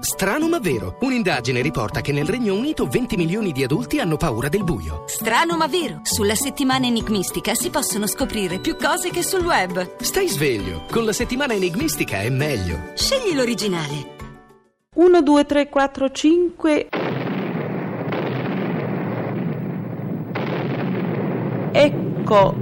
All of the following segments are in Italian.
Strano ma vero. Un'indagine riporta che nel Regno Unito 20 milioni di adulti hanno paura del buio. Strano ma vero. Sulla settimana enigmistica si possono scoprire più cose che sul web. Stai sveglio. Con la settimana enigmistica è meglio. Scegli l'originale. 1, 2, 3, 4, 5. Ecco.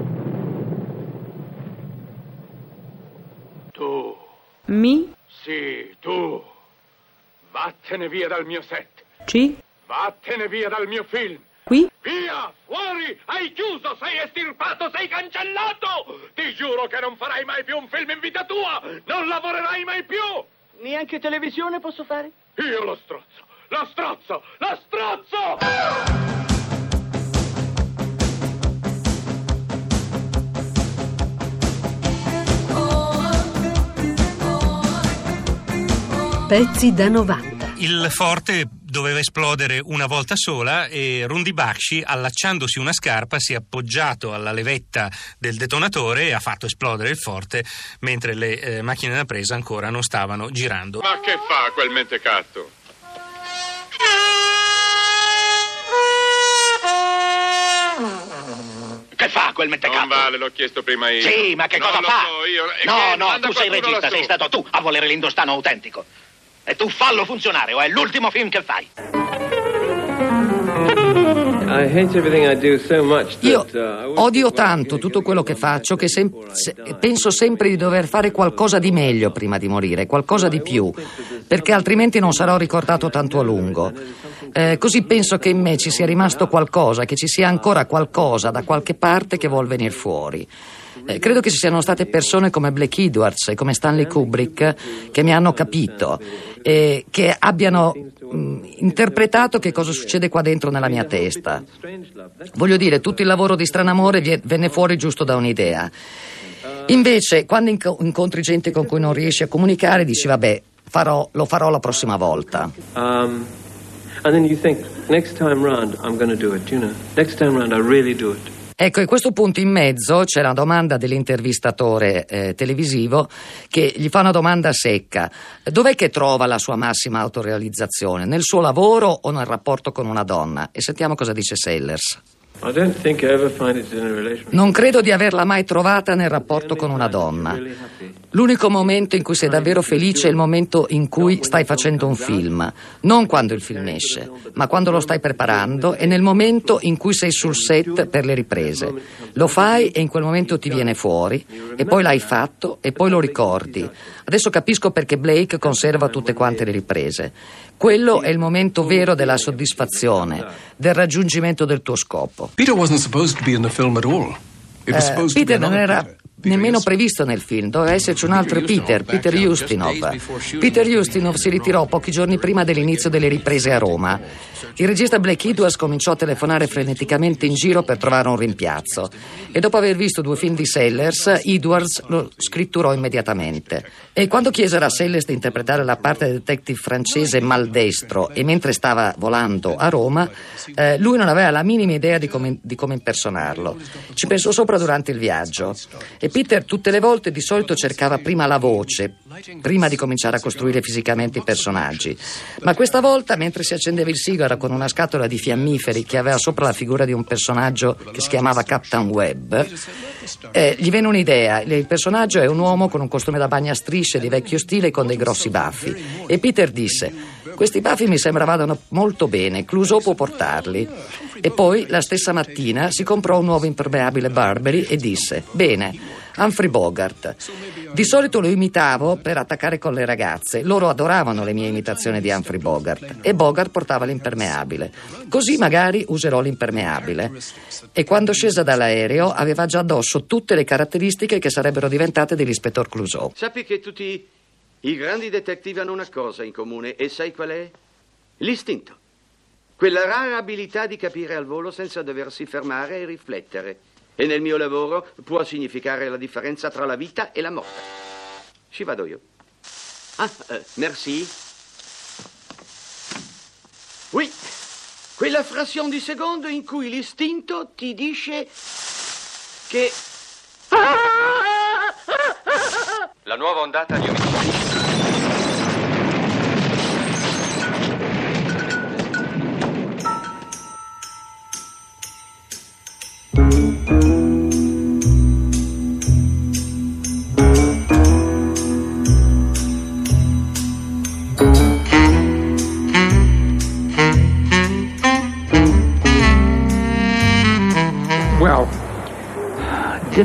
Tu. Mi. Sì, tu. Vattene via dal mio set. Ci. Vattene via dal mio film. Qui. Via, fuori, hai chiuso, sei estirpato, sei cancellato. Ti giuro che non farai mai più un film in vita tua. Non lavorerai mai più. Neanche televisione posso fare? Io lo strozzo, lo strozzo, lo strozzo! Pezzi da 90. Il forte doveva esplodere una volta sola e Rundi Bakshi, allacciandosi una scarpa, si è appoggiato alla levetta del detonatore e ha fatto esplodere il forte mentre le macchine da presa ancora non stavano girando. Ma che fa quel mentecatto? Che fa quel mentecatto? Non vale, l'ho chiesto prima io. Sì, ma che cosa Non lo fa? so io. No, tu sei regista, sei stato tu a volere l'indostano autentico. E tu fallo funzionare, o è l'ultimo film che fai. Io odio tanto tutto quello che faccio che penso sempre di dover fare qualcosa di meglio prima di morire, qualcosa di più, perché altrimenti non sarò ricordato tanto a lungo. Così penso che in me ci sia rimasto qualcosa, che ci sia ancora qualcosa da qualche parte che vuol venire fuori. Credo che ci siano state persone come Blake Edwards e come Stanley Kubrick che mi hanno capito e che abbiano interpretato che cosa succede qua dentro nella mia testa. Voglio dire, tutto il lavoro di Stranamore venne fuori giusto da un'idea. Invece, quando incontri gente con cui non riesci a comunicare, dici vabbè, lo farò la prossima volta. And then you think, next time round I'm going to do it, next time round I really do it. Ecco, e a questo punto in mezzo c'è la domanda dell'intervistatore televisivo che gli fa una domanda secca. Dov'è che trova la sua massima autorealizzazione? Nel suo lavoro o nel rapporto con una donna? E sentiamo cosa dice Sellers. Non credo di averla mai trovata nel rapporto con una donna. L'unico momento in cui sei davvero felice è il momento in cui stai facendo un film, non quando il film esce, ma quando lo stai preparando e nel momento in cui sei sul set per le riprese. Lo fai e in quel momento ti viene fuori e poi l'hai fatto e poi lo ricordi. Adesso capisco perché Blake conserva tutte quante le riprese. Quello è il momento vero della soddisfazione, del raggiungimento del tuo scopo. Peter wasn't supposed to be in the film at all. It was supposed to be Peter non another era Peter. nemmeno previsto nel film, doveva esserci un altro Peter Ustinov. Peter Ustinov si ritirò pochi giorni prima dell'inizio delle riprese a Roma. Il regista Blake Edwards cominciò a telefonare freneticamente in giro per trovare un rimpiazzo e dopo aver visto 2 film di Sellers, Edwards lo scritturò immediatamente. E quando chiesero a Sellers di interpretare la parte del detective francese maldestro e mentre stava volando a Roma, lui non aveva la minima idea di come impersonarlo. Ci pensò sopra durante il viaggio. E Peter tutte le volte di solito cercava prima la voce, prima di cominciare a costruire fisicamente i personaggi. Ma questa volta, mentre si accendeva il sigaro con una scatola di fiammiferi che aveva sopra la figura di un personaggio che si chiamava Captain Webb, gli venne un'idea. Il personaggio è un uomo con un costume da bagno a strisce di vecchio stile e con dei grossi baffi. E Peter disse: questi baffi mi sembra vadano molto bene, Clouseau può portarli. E poi, la stessa mattina, si comprò un nuovo impermeabile Burberry e disse: bene, Humphrey Bogart. Di solito lo imitavo per attaccare con le ragazze. Loro adoravano le mie imitazioni di Humphrey Bogart e Bogart portava l'impermeabile. Così magari userò l'impermeabile. E quando scesa dall'aereo aveva già addosso tutte le caratteristiche che sarebbero diventate dell'ispettore Clouseau. Sappi che tutti i grandi detective hanno una cosa in comune, e sai qual è? L'istinto. Quella rara abilità di capire al volo senza doversi fermare e riflettere. E nel mio lavoro può significare la differenza tra la vita e la morte. Ci vado io. Merci. Oui, quella frazione di secondo in cui l'istinto ti dice che... La nuova ondata di omicidi.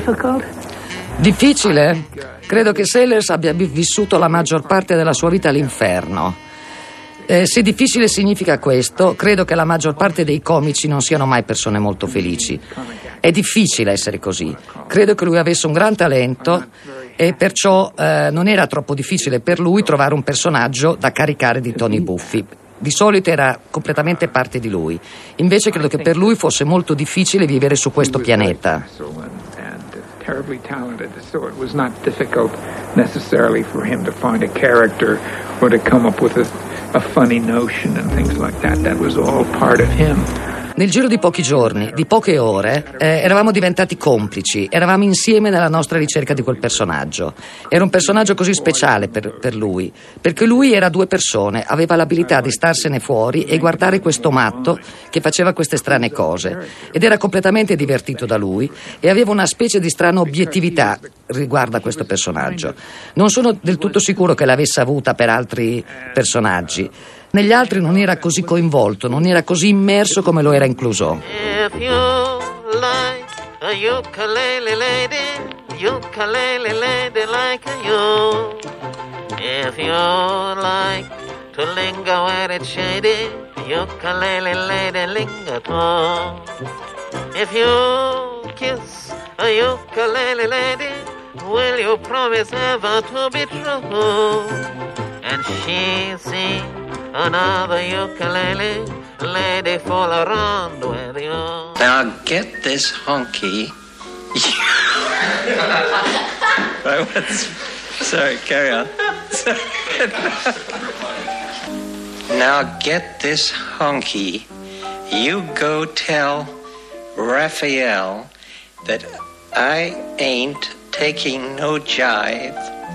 Difficile? Credo che Sellers abbia vissuto la maggior parte della sua vita all'inferno. Se difficile significa questo, credo che la maggior parte dei comici non siano mai persone molto felici. È difficile essere così. Credo che lui avesse un gran talento e perciò non era troppo difficile per lui trovare un personaggio da caricare di toni buffi. Di solito era completamente parte di lui. Invece credo che per lui fosse molto difficile vivere su questo pianeta. Terribly talented, so it was not difficult necessarily for him to find a character or to come up with a funny notion and things like that. That was all part of him. Nel giro di pochi giorni, di poche ore, eravamo diventati complici, eravamo insieme nella nostra ricerca di quel personaggio. Era un personaggio così speciale per lui, perché lui era due persone, aveva l'abilità di starsene fuori e guardare questo matto che faceva queste strane cose, ed era completamente divertito da lui e aveva una specie di strana obiettività riguardo a questo personaggio. Non sono del tutto sicuro che l'avesse avuta per altri personaggi. Negli altri non era così coinvolto, non era così immerso come lo era in Clouseau. If you like a ukulele lady like you. If you like to linger where it's shady, ukulele lady linger too. If you kiss a ukulele lady, will you promise ever to be true? And she sing another ukulele lady fall around with you. Now get this honky. Sorry, carry on. Now get this honky. You go tell Raphael that I ain't taking no jive.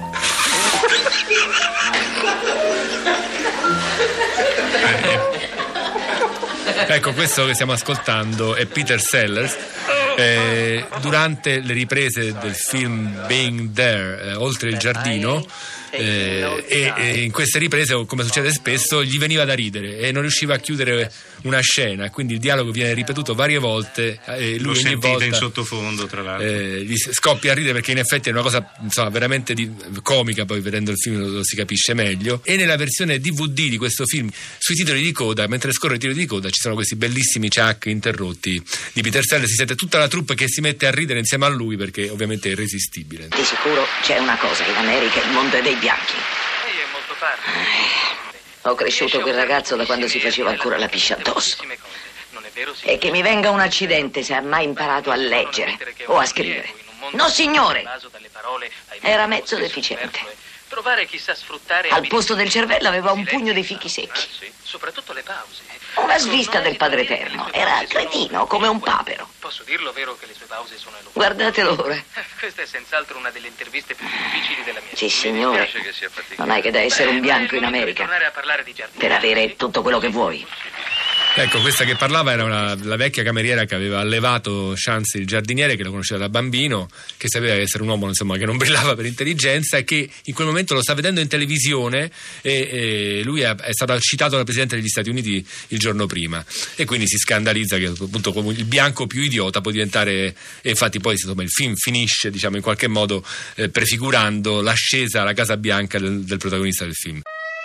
Ecco, questo che stiamo ascoltando è Peter Sellers. Durante le riprese del film Being There, oltre il giardino, e in queste riprese, come succede spesso, gli veniva da ridere e non riusciva a chiudere una scena, quindi il dialogo viene ripetuto varie volte e lui ogni volta in sottofondo, tra l'altro, gli scoppia a ridere, perché in effetti è una cosa, insomma, veramente comica. Poi vedendo il film lo si capisce meglio. E nella versione DVD di questo film, sui titoli di coda, mentre scorre i titoli di coda, ci sono questi bellissimi ciak interrotti di Peter Sellers. Si sente tutta la troupe che si mette a ridere insieme a lui, perché ovviamente è irresistibile. Di sicuro c'è una cosa: in America il mondo è dei bianchi. Lei è molto parte. Ho cresciuto quel ragazzo da quando si faceva ancora la piscia addosso. E che mi venga un accidente se ha mai imparato a leggere o a scrivere. No, signore! Era mezzo deficiente. Trovare chi sa sfruttare al posto del cervello aveva un pugno di fichi secchi. Soprattutto le pause. Una svista del Padre Eterno. Era cretino come un papero. Posso dirlo, vero, che le sue pause sono eloquenti? Guardatelo ora. Questa è senz'altro una delle interviste più difficili della mia vita. Sì, signore. Non hai che da essere un bianco in America per avere tutto quello che vuoi. Ecco, questa che parlava era la vecchia cameriera che aveva allevato Chance, il giardiniere, che lo conosceva da bambino, che sapeva essere un uomo, insomma, che non brillava per intelligenza, e che in quel momento lo sta vedendo in televisione, e lui è stato citato dal Presidente degli Stati Uniti il giorno prima, e quindi si scandalizza che appunto come il bianco più idiota può diventare. E infatti poi, insomma, il film finisce, diciamo, in qualche modo prefigurando l'ascesa alla Casa Bianca del protagonista del film.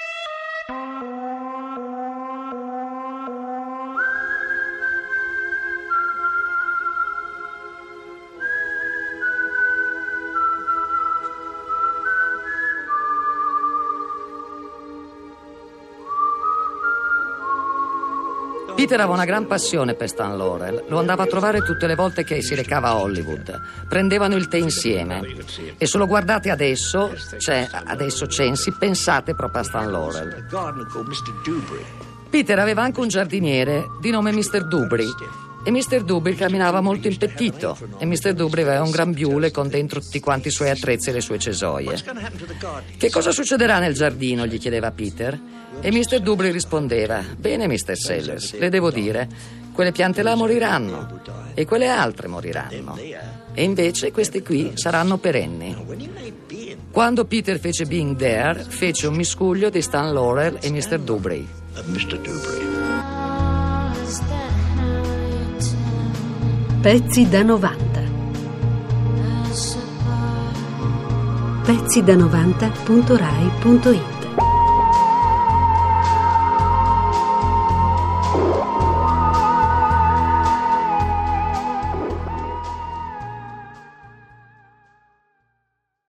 Peter aveva una gran passione per Stan Laurel. Lo andava a trovare tutte le volte che si recava a Hollywood. Prendevano il tè insieme. E se lo guardate adesso censi, pensate proprio a Stan Laurel. Peter aveva anche un giardiniere di nome Mr. Dubry. E Mr. Dubry camminava molto impettito. E Mr. Dubry aveva un gran biule con dentro tutti quanti i suoi attrezzi e le sue cesoie. Che cosa succederà nel giardino? Gli chiedeva Peter. E Mr. Dubry rispondeva: bene, Mr. Sellers, le devo dire, quelle piante là moriranno e quelle altre moriranno. E invece queste qui saranno perenni. Quando Peter fece Being There, fece un miscuglio di Stan Laurel e Mr. Dubry. Pezzi da 90. pezzida90.rai.it.